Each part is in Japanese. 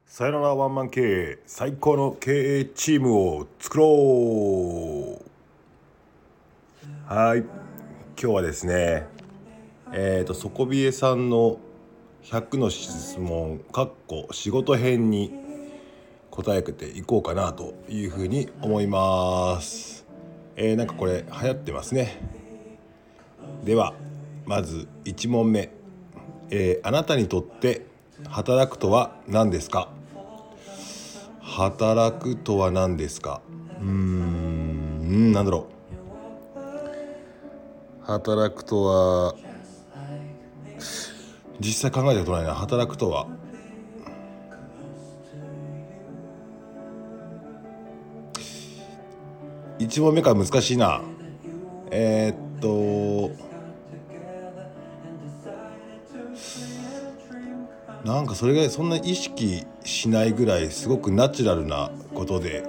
さよならワンマン経営、最高の経営チームを作ろう。はい、今日はですね底冷えさんの100の質問仕事編に答えていこうかなというふうに思います。なんかこれ流行ってますね。ではまず1問目、あなたにとって働くとは何ですか？働くとは何ですか？なんだろう。働くとは実際考えたことないな。働くとは1問目から難しいな。なんかそれがそんな意識しないぐらいすごくナチュラルなことで、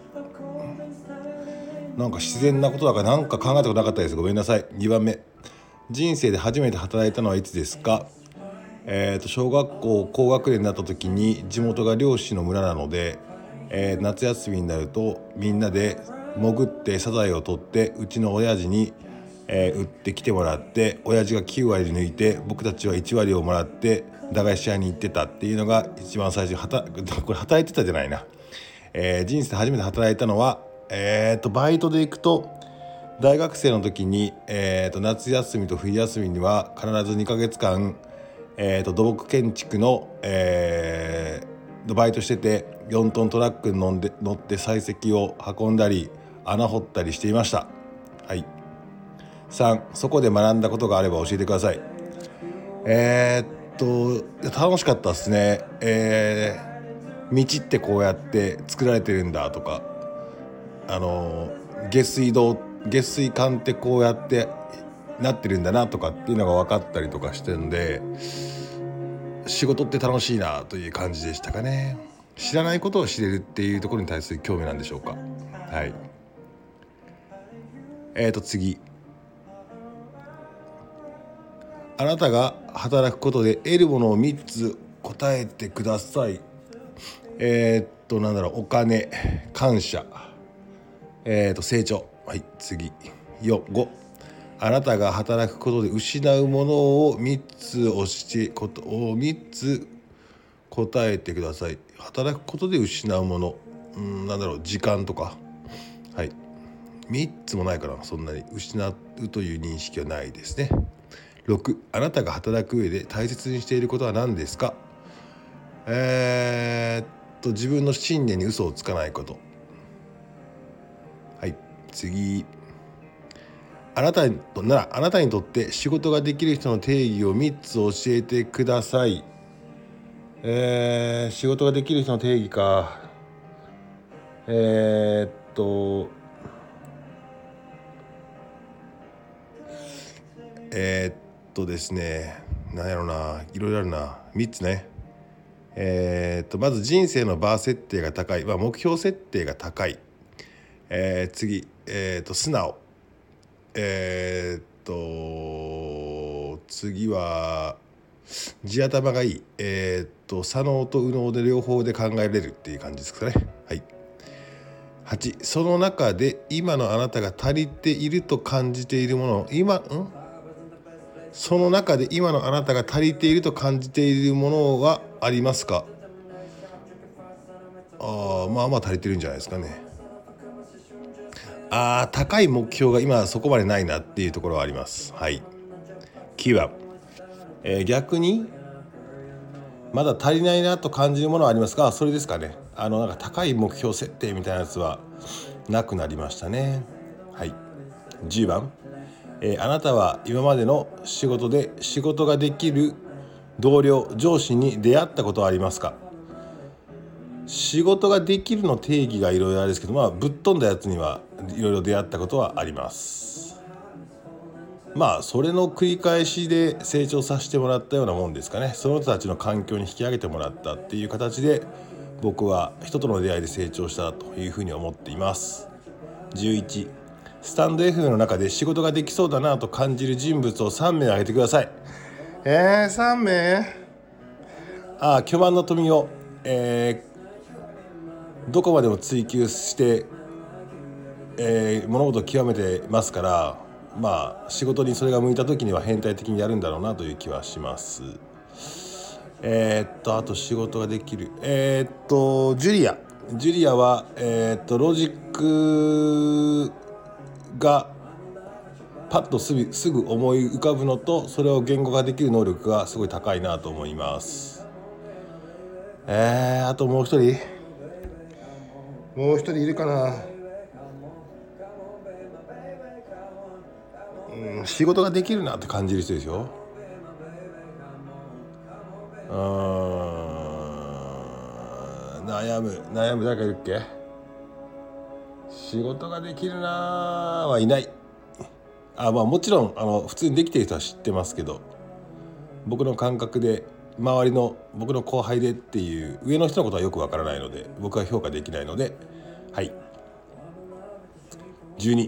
なんか自然なことだからなんか考えたことなかったです。ごめんなさい。2番目、人生で初めて働いたのはいつですか？小学校高学年になった時に、地元が漁師の村なので、夏休みになるとみんなで潜ってサザエを取ってうちの親父に、売ってきてもらって、親父が9割抜いて僕たちは1割をもらって駄菓子屋に行ってたっていうのが一番最初これ働いてたじゃないな。人生で初めて働いたのは、バイトで行くと大学生の時に、夏休みと冬休みには必ず2ヶ月間、土木建築の、バイトしてて、4トントラックに乗って採石を運んだり穴掘ったりしていました。はい。3、そこで学んだことがあれば教えてください。楽しかったですね。道ってこうやって作られてるんだとか、下水管ってこうやってなってるんだなとかっていうのが分かったりとかしてるんで、仕事って楽しいなという感じでしたかね。知らないことを知れるっていうところに対する興味なんでしょうか。はい。次、あなたが働くことで得るものを3つ答えてください。なんだろう。お金、感謝、成長。はい。次、5、あなたが働くことで失うものを3つ答えてください。働くことで失うもの、なんだろう。時間とか。はい。3つもないから、そんなに失うという認識はないですね。6、あなたが働く上で大切にしていることは何ですか？自分の信念に嘘をつかないこと。はい。次、あなたにとって仕事ができる人の定義を3つ教えてください。仕事ができる人の定義か。ですね、なんやろな、いろいろあるな。3つね。まず人生のバー設定が高い、目標設定が高い。次、素直。次は地頭がいい。左脳と右脳で両方で考えられるっていう感じですかね。はい。8、その中で今のあなたが足りていると感じているもの、その中で今のあなたが足りていると感じているものはありますか？まあまあ足りてるんじゃないですかね。高い目標が今そこまでないなっていうところはあります。はい。9番、逆にまだ足りないなと感じるものはありますか？それですかね。なんか高い目標設定みたいなやつはなくなりましたね。はい。10番、あなたは今までの仕事で仕事ができる同僚上司に出会ったことはありますか？仕事ができるの定義がいろいろあるんですけど、ぶっ飛んだやつにはいろいろ出会ったことはあります。それの繰り返しで成長させてもらったようなもんですかね。その人たちの環境に引き上げてもらったっていう形で、僕は人との出会いで成長したというふうに思っています。11、スタンド FM の中で仕事ができそうだなと感じる人物を3名挙げてください。3名？巨万の富をどこまでも追求して、物事を極めてますから、まあ仕事にそれが向いた時には変態的にやるんだろうなという気はします。あと仕事ができるジュリアはロジックがパッとすぐ思い浮かぶのと、それを言語化できる能力がすごい高いなと思います。あともう一人いるかな。仕事ができるなって感じる人ですよ。悩む誰かいるっけ。仕事ができるなはいない。もちろん普通にできている人は知ってますけど、僕の感覚で周りの僕の後輩でっていう上の人のことはよくわからないので、僕は評価できないので、はい。12、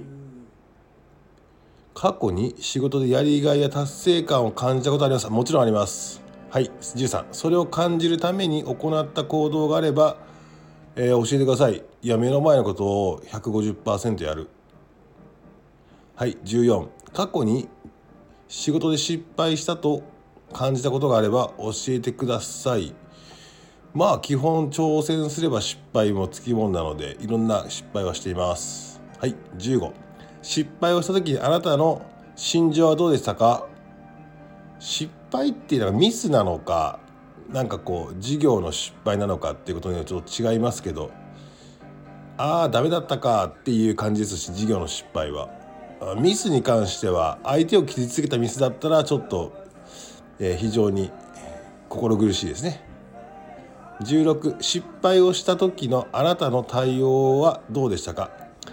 過去に仕事でやりがいや達成感を感じたことありますか。もちろんあります。はい。13、それを感じるために行った行動があれば、教えてください。いや、目の前のことを 150% やる。はい。14、過去に仕事で失敗したと感じたことがあれば教えてください。まあ基本挑戦すれば失敗もつきもんなので、いろんな失敗はしています。はい。15、失敗をした時にあなたの心情はどうでしたか。失敗っていうのはミスなのか、なんかこう事業の失敗なのかっていうことにはちょっと違いますけど、ダメだったかっていう感じですし、事業の失敗はミスに関しては相手を傷つけたミスだったらちょっと、非常に心苦しいですね。16、失敗をした時のあなたの対応はどうでしたか。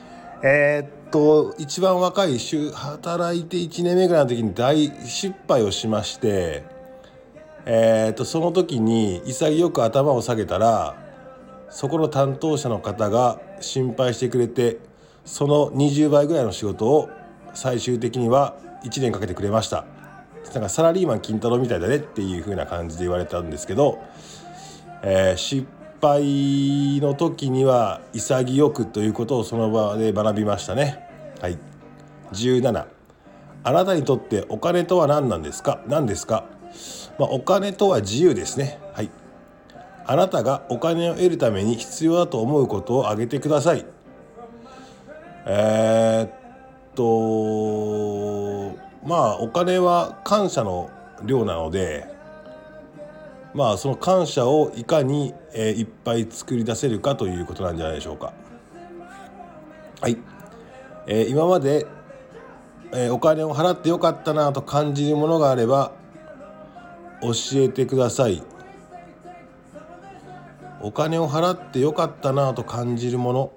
一番若い働いて1年目ぐらいの時に大失敗をしまして、その時に潔く頭を下げたら、そこの担当者の方が心配してくれて、その20倍ぐらいの仕事を最終的には1年かけてくれました。なんかサラリーマン金太郎みたいだねっていう風な感じで言われたんですけど、失敗の時には潔くということをその場で学びましたね。はい。17、あなたにとってお金とは何ですか。お金とは自由ですね。はい。あなたがお金を得るために必要だと思うことを挙げてください。お金は感謝の量なので、その感謝をいかに、いっぱい作り出せるかということなんじゃないでしょうか。はい。今まで、お金を払ってよかったなと感じるものがあれば教えてください。お金を払ってよかったなと感じるもの、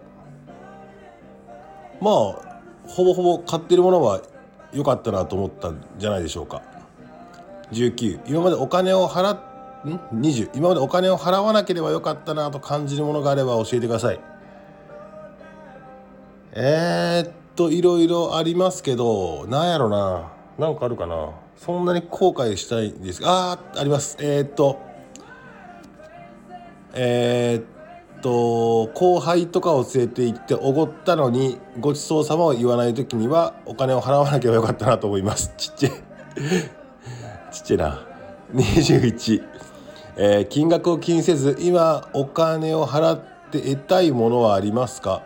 ほぼほぼ買ってるものは良かったなと思ったんじゃないでしょうか。19、今までお金を払わなければよかったなと感じるものがあれば教えてください。いろいろありますけど、なんかあるかな。そんなに後悔したいんですが、あります。後輩とかを連れて行っておごったのにごちそうさまを言わないときにはお金を払わなければよかったなと思います。ちっちゃいな。21、金額を気にせず今お金を払って得たいものはありますか。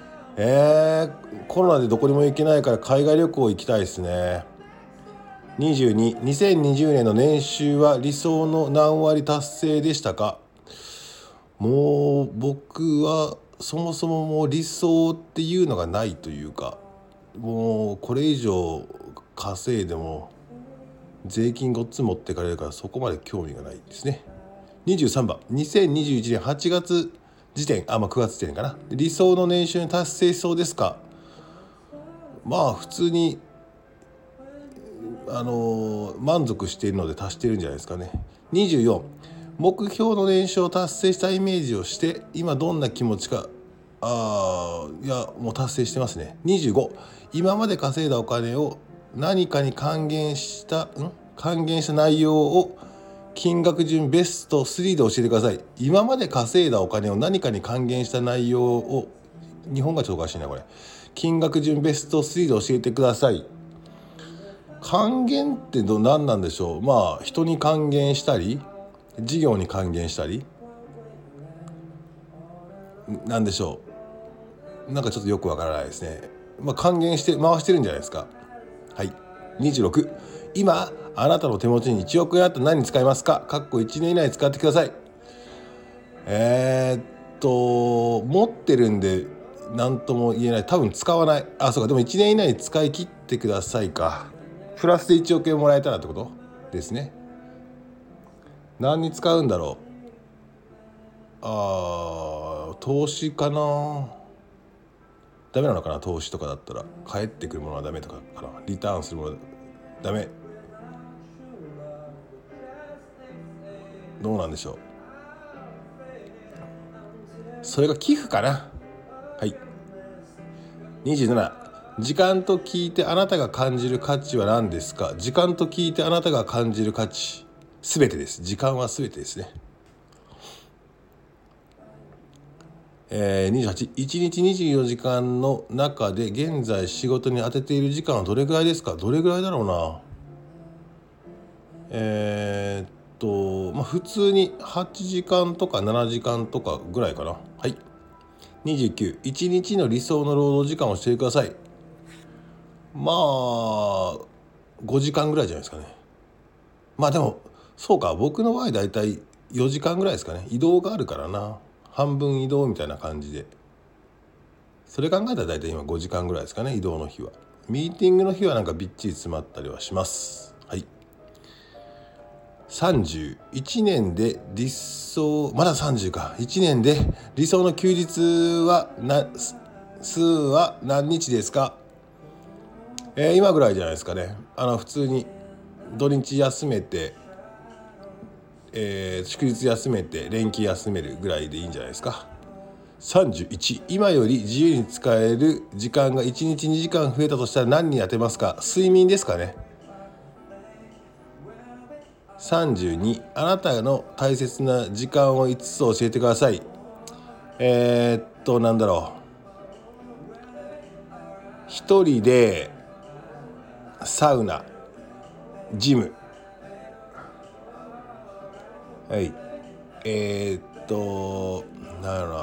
コロナでどこにも行けないから海外旅行行きたいですね。22、2020年の年収は理想の何割達成でしたか。もう僕はそもそももう理想っていうのがないというか、もうこれ以上稼いでも税金ごっつ持ってかれるから、そこまで興味がないですね。23番、2021年8月時点、9月時点かな。理想の年収に達成しそうですか。普通に満足しているので達しているんじゃないですかね。24、目標の年収を達成したイメージをして今どんな気持ちか。もう達成してますね。25、今まで稼いだお金を何かに還元した内容を金額順ベスト3で教えてください。今まで稼いだお金を何かに還元した内容を、日本がちょっとおかしいなこれ。金額順ベスト3で教えてください。還元って何なんでしょう。まあ人に還元したり事業に還元したりなんでしょう。なんかちょっとよくわからないですね。まあ還元して回してるんじゃないですか。はい。26、今あなたの手持ちに1億円あったら何に使いますか。1年以内に使ってください。持ってるんで何とも言えない。多分使わない。そうか。でも1年以内に使い切ってくださいか。プラスで1億円もらえたらってことですね。何に使うんだろう。投資かな。ダメなのかな。投資とかだったら返ってくるものはダメとかかな。リターンするものダメ。どうなんでしょう。それが寄付かな。はい。27、時間と聞いてあなたが感じる価値は何ですか。時間と聞いてあなたが感じる価値、すべてです。時間はすべてですね。28、1日24時間の中で現在仕事に当てている時間はどれぐらいですか。どれぐらいだろうな。普通に8時間とか7時間とかぐらいかな。はい。29、1日の理想の労働時間を教えてください。まあ5時間ぐらいじゃないですかね。まあでもそうか、僕の場合だいたい4時間ぐらいですかね。移動があるからな。半分移動みたいな感じで、それ考えたらだいたい今5時間ぐらいですかね。移動の日は。ミーティングの日はなんかびっちり詰まったりはします。はい。30、1年で理想、まだ30か。1年で理想の休日は数は何日ですか。今ぐらいじゃないですかね。普通に土日休めて、祝日休めて連休休めるぐらいでいいんじゃないですか。31、今より自由に使える時間が1日2時間増えたとしたら何に当てますか。睡眠ですかね。32、あなたの大切な時間を5つ教えてください。なんだろう。一人でサウナ、ジム、はい。なんやろ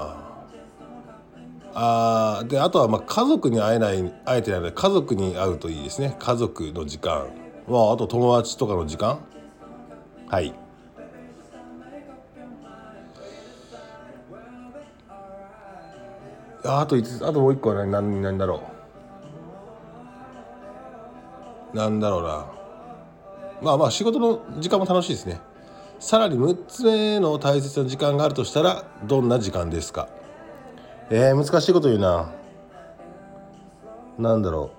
な。であとは家族に会えてないので、家族に会うといいですね。家族の時間、あと友達とかの時間。はい。あと5つ、あともう1個は何だろう。なんだろうな。仕事の時間も楽しいですね。さらに6つ目の大切な時間があるとしたらどんな時間ですか。難しいこと言うな。なんだろ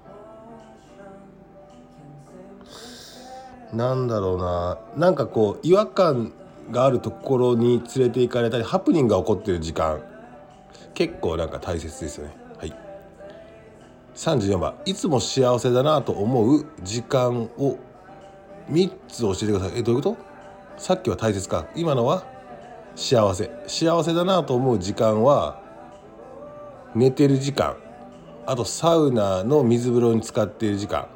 うな。なんかこう違和感があるところに連れて行かれたり、ハプニングが起こっている時間、結構なんか大切ですよね。はい。34番、いつも幸せだなと思う時間を3つ教えてください。どういうこと。さっきは大切か、今のは幸せだなと思う時間は寝てる時間、あとサウナの水風呂に浸かっている時間、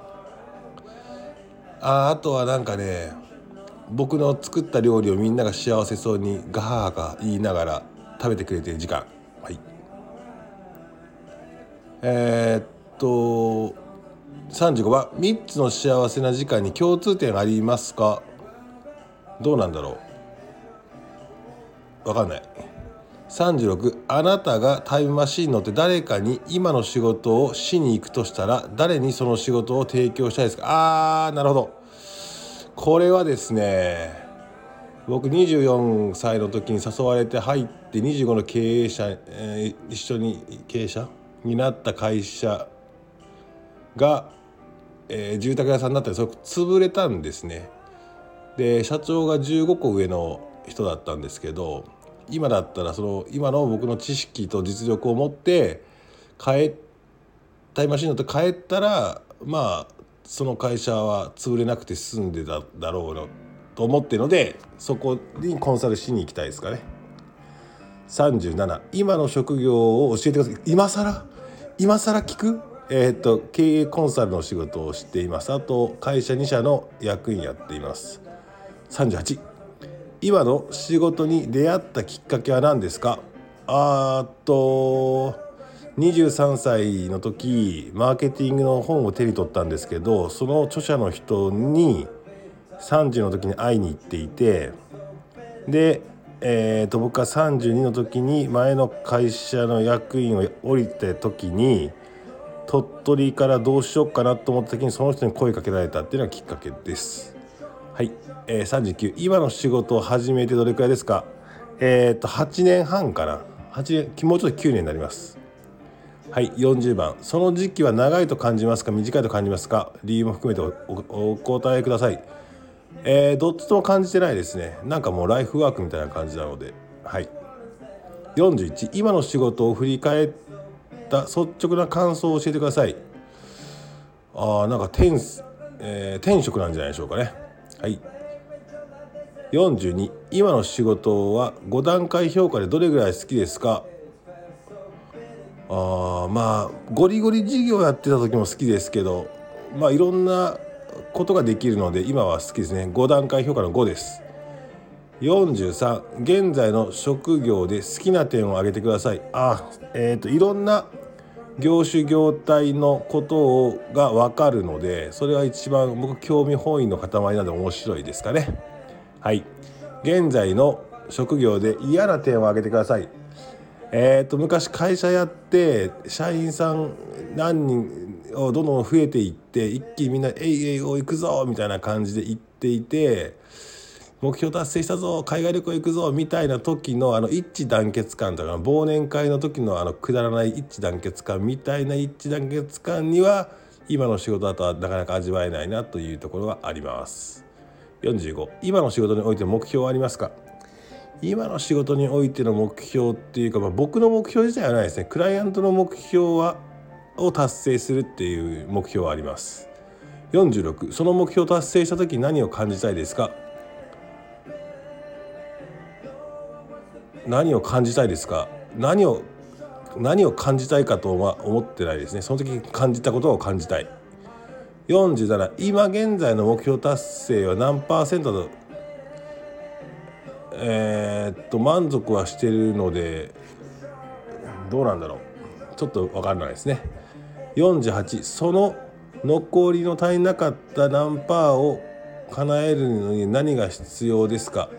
あとはなんかね、僕の作った料理をみんなが幸せそうにガハハカ言いながら食べてくれている時間。はい。35番、3つの幸せな時間に共通点ありますか。どうなんだろう、わかんない。36、あなたがタイムマシーン乗って誰かに今の仕事をしに行くとしたら誰にその仕事を提供したいですか。なるほど。これはですね、僕24歳の時に誘われて入って25の経営者、一緒に経営者になった会社が、住宅屋さんになったり、それ潰れたんですね。で社長が15個上の人だったんですけど、今だったら今の僕の知識と実力を持ってタイムマシン乗って帰ったら、その会社は潰れなくて済んでただろうなと思っているので、そこにコンサルしに行きたいですかね。37、今の職業を教えてください。今更聞く？経営コンサルの仕事をしています。あと会社2社の役員やっています。38、今の仕事に出会ったきっかけは何ですか？23歳の時マーケティングの本を手に取ったんですけど、その著者の人に30の時に会いに行っていて、で、僕が32の時に前の会社の役員を降りた時に鳥取からどうしようかなと思った時にその人に声かけられたっていうのがきっかけです。はい、39、今の仕事を始めてどれくらいですか？8年半かな。8年、もうちょっと9年になります。はい、40番、その時期は長いと感じますか短いと感じますか？理由も含めて お答えください。どっちとも感じてないですね。なんかもうライフワークみたいな感じなので。はい、41、今の仕事を振り返った率直な感想を教えてください。なんか転職なんじゃないでしょうかね。はい、42、今の仕事は5段階評価でどれぐらい好きですか？ゴリゴリ事業やってた時も好きですけど、いろんなことができるので今は好きですね。5段階評価の5です。43、現在の職業で好きな点を挙げてください。いろんな業種業態のことが分かるので、それは一番僕興味本位の塊なので面白いですかね。はい、現在の職業で嫌な点を挙げてください。昔会社やって社員さん何人をどんどん増えていって、一気にみんな行くぞみたいな感じで行っていて、目標達成したぞ海外旅行行くぞみたいな時の一致団結感とか、忘年会の時のくだらない一致団結感みたいな一致団結感には今の仕事だとはなかなか味わえないなというところがあります。45、今の仕事において目標はありますか？今の仕事においての目標っていうか、僕の目標自体はないですね。クライアントの目標を達成するっていう目標はあります。46、その目標を達成した時何を感じたいですか？何を感じたいですか？何を感じたいかとは思ってないですね。その時感じたことを感じたい。47、今現在の目標達成は何%満足はしているのでどうなんだろう、ちょっと分からないですね。48、その残りの足りなかった何パーを叶えるのに何が必要ですか？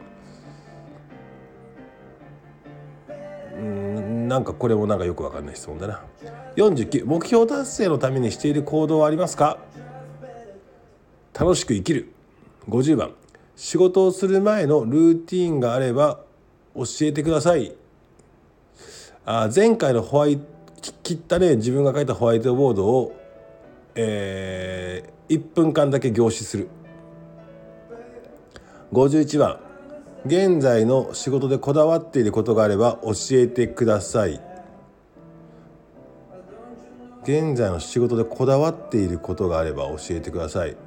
なんかこれもなんかよく分かんない質問だな。49、目標達成のためにしている行動はありますか？楽しく生きる。50番、仕事をする前のルーティーンがあれば教えてください。前回の切ったね自分が書いたホワイトボードを、1分間だけ凝視する。51番、現在の仕事でこだわっていることがあれば教えてください。現在の仕事でこだわっていることがあれば教えてください。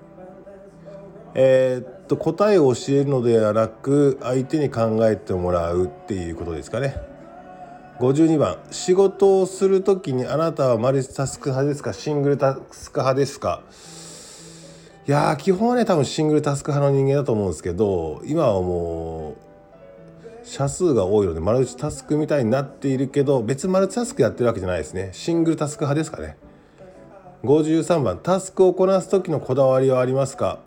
答えを教えるのではなく相手に考えてもらうっていうことですかね。52番、仕事をするときにあなたはマルチタスク派ですかシングルタスク派ですか？いや基本はね多分シングルタスク派の人間だと思うんですけど、今はもう社数が多いのでマルチタスクみたいになっているけど、別にマルチタスクやってるわけじゃないですね。シングルタスク派ですかね。53番、タスクをこなす時のこだわりはありますか？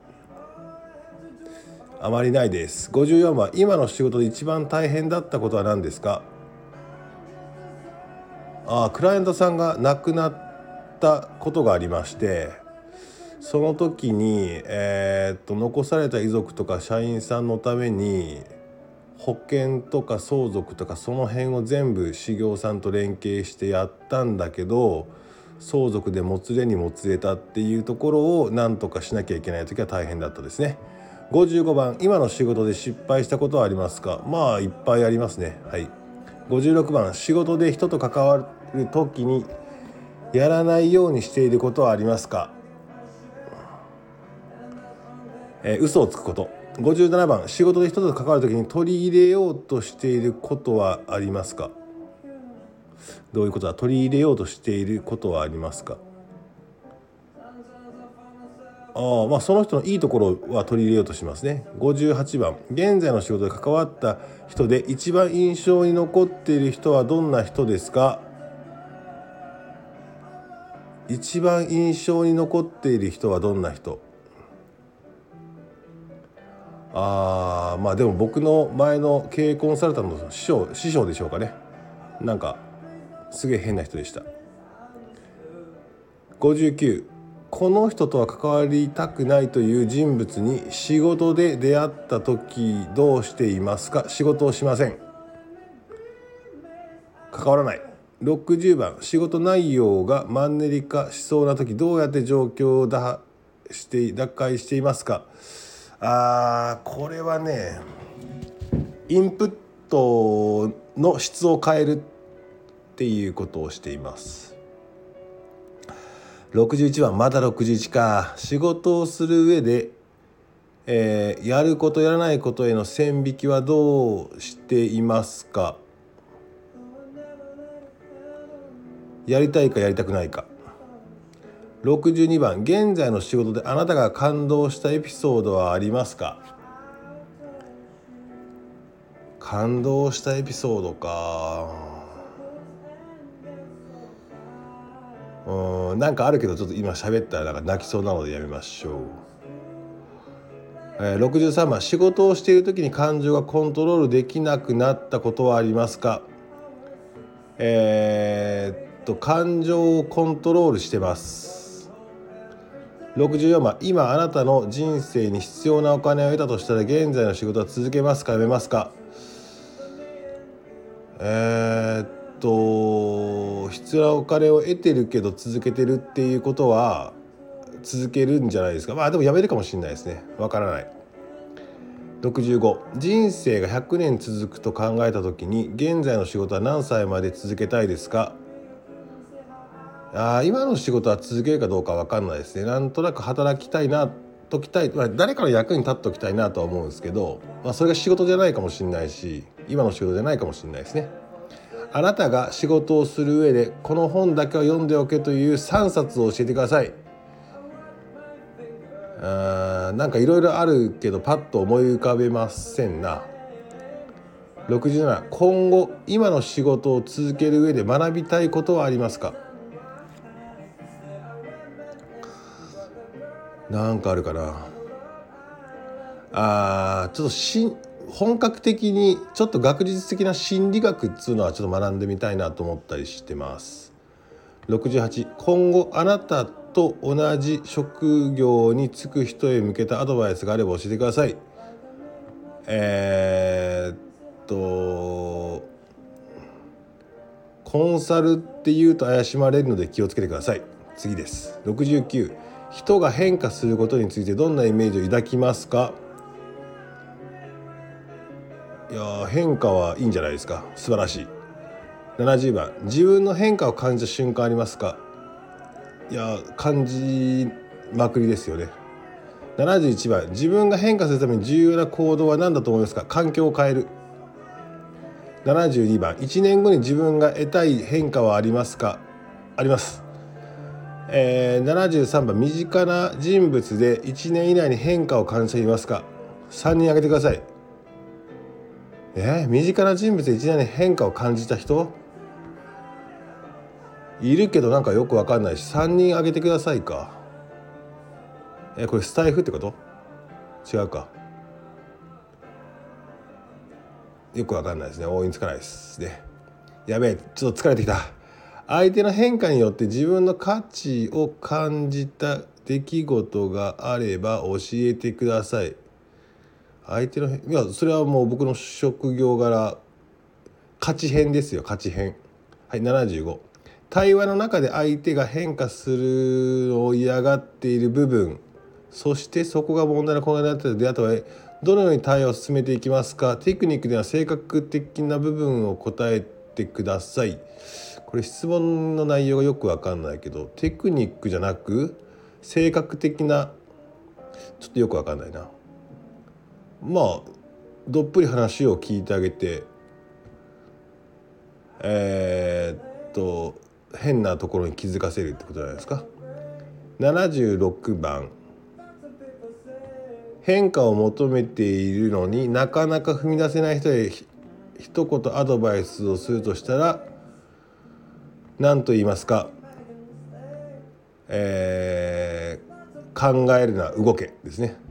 あまりないです。54番、今の仕事で一番大変だったことは何ですか？クライアントさんが亡くなったことがありまして、その時に、残された遺族とか社員さんのために保険とか相続とかその辺を全部事業さんと連携してやったんだけど、相続でもつれにもつれたっていうところを何とかしなきゃいけない時は大変だったですね。55番、今の仕事で失敗したことはありますか？いっぱいありますね。はい。56番、仕事で人と関わる時にやらないようにしていることはありますか？嘘をつくこと。 57番、仕事で人と関わるときに取り入れようとしていることはありますか？どういうことだ？取り入れようとしていることはありますか？その人のいいところは取り入れようとしますね。58番、現在の仕事で関わった人で一番印象に残っている人はどんな人ですか？一番印象に残っている人はどんな人？でも僕の前の経営コンサルタントの師匠でしょうかね。なんかすげえ変な人でした。59、この人とは関わりたくないという人物に仕事で出会った時どうしていますか？仕事をしません。関わらない。60番、仕事内容がマンネリ化しそうな時どうやって状況を打開していますか？これはね、インプットの質を変えるっていうことをしています。61番、まだ61か。仕事をする上で、やることやらないことへの線引きはどうしていますか？やりたいかやりたくないか。62番、現在の仕事であなたが感動したエピソードはありますか？感動したエピソードか。なんかあるけどちょっと今喋ったらなんか泣きそうなのでやめましょう。63番、仕事をしている時に感情がコントロールできなくなったことはありますか？感情をコントロールしてます。64番、今あなたの人生に必要なお金を得たとしたら現在の仕事は続けますかやめますか？必要なお金を得てるけど続けてるっていうことは続けるんじゃないですか。でもやめるかもしれないですね。わからない。65、人生が100年続くと考えた時に現在の仕事は何歳まで続けたいですか？今の仕事は続けるかどうかわかんないですね。なんとなく働きたいなときたい、誰かの役に立っておきたいなとは思うんですけど、それが仕事じゃないかもしれないし今の仕事じゃないかもしれないですね。あなたが仕事をする上でこの本だけを読んでおけという3冊を教えてください。なんかいろいろあるけどパッと思い浮かべませんな。67、今後今の仕事を続ける上で学びたいことはありますか？なんかあるかな。ちょっと本格的にちょっと学術的な心理学っていうのはちょっと学んでみたいなと思ったりしてます。68、今後あなたと同じ職業に就く人へ向けたアドバイスがあれば教えてください。コンサルっていうと怪しまれるので気をつけてください。次です。69、人が変化することについてどんなイメージを抱きますか？変化はいいんじゃないですか。素晴らしい。70番、自分の変化を感じた瞬間ありますか？感じまくりですよね。71番、自分が変化するために重要な行動は何だと思いますか？環境を変える。72番、1年後に自分が得たい変化はありますか？あります。73番、身近な人物で1年以内に変化を感じていますか？3人挙げてください。身近な人物で1年に変化を感じた人いるけどなんかよく分かんないし、3人挙げてくださいか。これスタイフってこと？違うか。よく分かんないですね。応援つかないですね。やべえ、ちょっと疲れてきた。相手の変化によって自分の価値を感じた出来事があれば教えてください。相手のそれはもう僕の職業柄価値編ですよ。価値編。はい。75、対話の中で相手が変化するのを嫌がっている部分、そしてそこが問題の根源になっている出会った場合どのように対話を進めていきますか？テクニックでは性格的な部分を答えてください。これ質問の内容がよく分かんないけど、テクニックじゃなく性格的な、ちょっとよく分かんないな。 まあどっぷり話を聞いてあげて変なところに気づかせるってことじゃないですか。76番、変化を求めているのになかなか踏み出せない人へ一言アドバイスをするとしたら何と言いますか。考えるな、動けですね。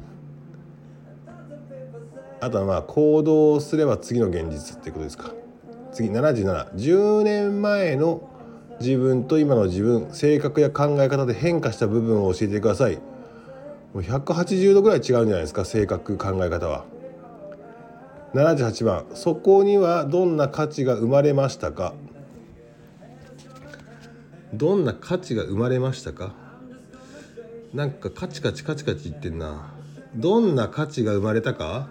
あとは行動すれば次の現実っていうことですか。次77、10年前の自分と今の自分、性格や考え方で変化した部分を教えてください。もう180度ぐらい違うんじゃないですか、性格考え方は。78番、そこにはどんな価値が生まれましたか。どんな価値が生まれましたか。なんかカチカチ言ってんな。どんな価値が生まれたか。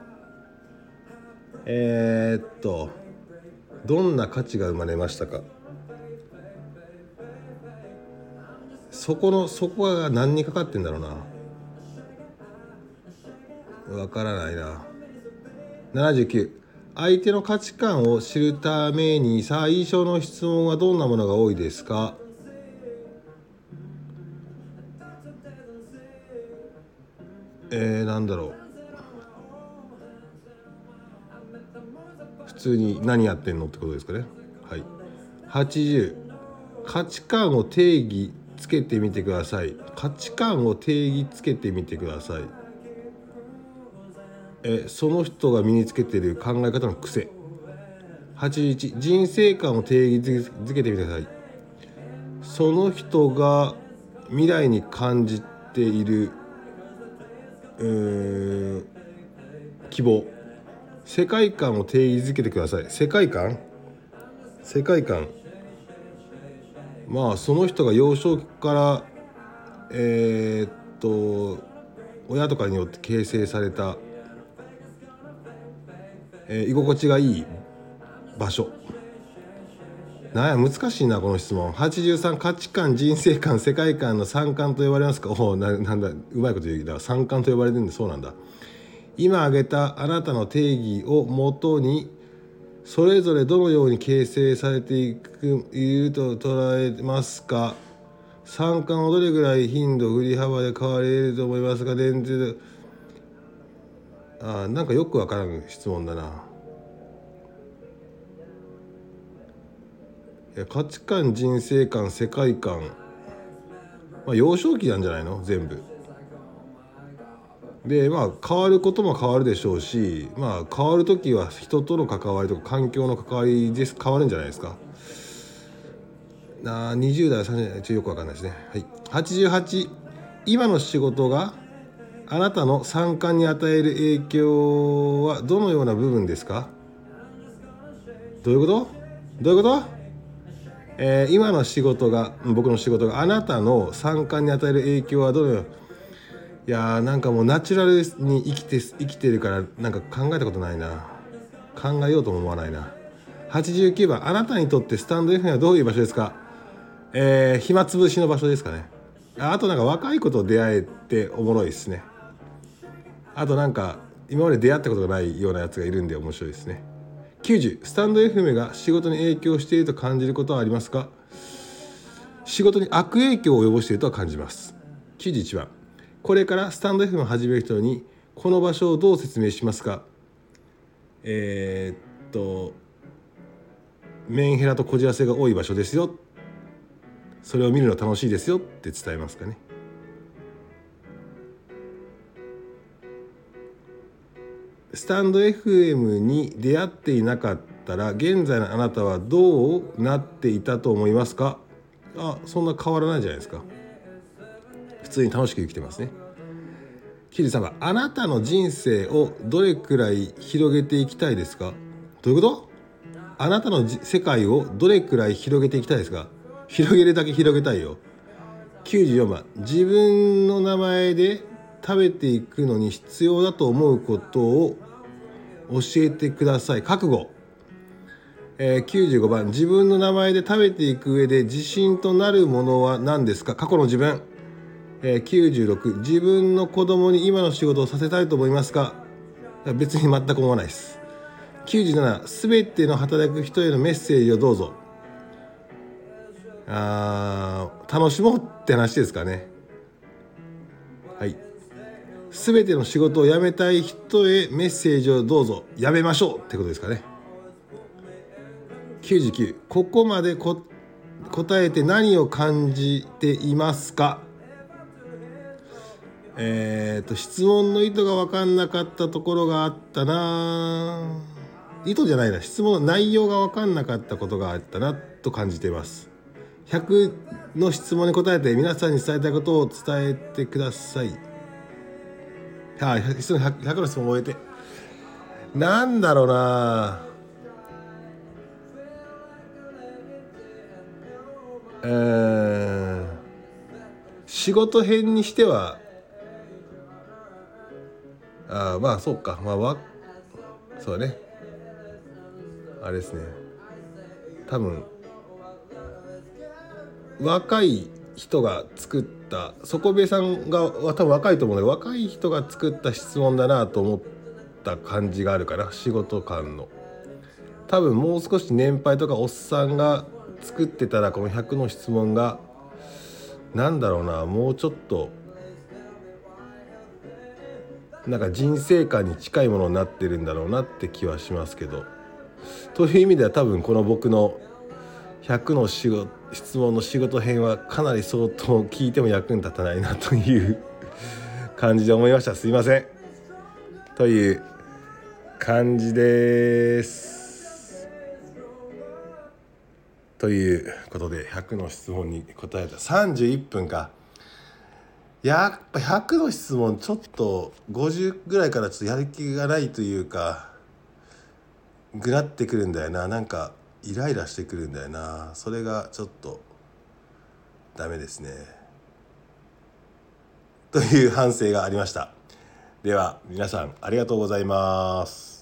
どんな価値が生まれましたか。そこが何にかかってんだろうな。わからないな。79、相手の価値観を知るために最初の質問はどんなものが多いですか。なんだろう。普通に何やってんのってことですかね。はい。80、価値観を定義つけてみてください。価値観を定義つけてみてください。その人が身につけている考え方の癖。81、人生観を定義づけてみてください。その人が未来に感じている希望。世界観を定義づけてください。世界観その人が幼少期から親とかによって形成された、居心地がいい場所。なんや難しいなこの質問。83、価値観、人生観、世界観の三観と呼ばれますか。なんだうまいこと言う。だから三観と呼ばれてるんで、そうなんだ。今挙げたあなたの定義をもとにそれぞれどのように形成されていると捉えますか。三観をどれぐらい頻度振り幅で変われると思いますか。なんかよくわからん質問だな。価値観、人生観、世界観、幼少期なんじゃないの全部で。変わることも変わるでしょうし、変わるときは人との関わりとか環境の関わりで変わるんじゃないですか。20代30代よくわかんないですね。はい。88、今の仕事があなたの三観に与える影響はどのような部分ですか。どういうこと今の仕事が、僕の仕事があなたの三観に与える影響はどのような。いやー、なんかもうナチュラルに生きてるからなんか考えたことないな。考えようとも思わないな。89番、あなたにとってスタンド FM はどういう場所ですか。暇つぶしの場所ですかね。あとなんか若い子と出会えておもろいですね。あとなんか今まで出会ったことがないようなやつがいるんで面白いですね。90、スタンド FM が仕事に影響していると感じることはありますか。仕事に悪影響を及ぼしているとは感じます。91番、これからスタンド FM を始める人にこの場所をどう説明しますか。メンヘラとこじらせが多い場所ですよ、それを見るの楽しいですよって伝えますかね。スタンド FM に出会っていなかったら現在のあなたはどうなっていたと思いますか。そんな変わらないじゃないですか。普通に楽しく生きてますね。93番、あなたの人生をどれくらい広げていきたいですか。どういうこと。あなたの世界をどれくらい広げていきたいですか。広げるだけ広げたいよ。94番、自分の名前で食べていくのに必要だと思うことを教えてください。覚悟。95番、自分の名前で食べていく上で自信となるものは何ですか。過去の自分。96、自分の子供に今の仕事をさせたいと思いますか。 別に全く思わないです。97、すべての働く人へのメッセージをどうぞ。楽しもうって話ですかね。はい。すべての仕事を辞めたい人へメッセージをどうぞ。辞めましょうってことですかね。99、ここまで答えて何を感じていますか。質問の意図が分かんなかったところがあったな。意図じゃないな、質問の内容が分かんなかったことがあったなと感じています。100の質問に答えて皆さんに伝えたいことを伝えてください。はい、100の質問を終えて、なんだろうな、仕事編にしてはまあそうか、そうね、あれですね、多分若い人が作った底部さんが多分若いと思うので、若い人が作った質問だなと思った感じがあるかな。仕事感の多分もう少し年配とかおっさんが作ってたら、この100の質問がなんだろうな、もうちょっとなんか人生観に近いものになってるんだろうなって気はしますけど、という意味では多分この僕の100の質問の仕事編はかなり相当聞いても役に立たないなという感じで思いました。すいませんという感じです。ということで100の質問に答えた31分か。やっぱ100の質問ちょっと50ぐらいからちょっとやる気がないというか、ぐなってくるんだよな。なんかイライラしてくるんだよな。それがちょっとダメですねという反省がありました。では皆さんありがとうございます。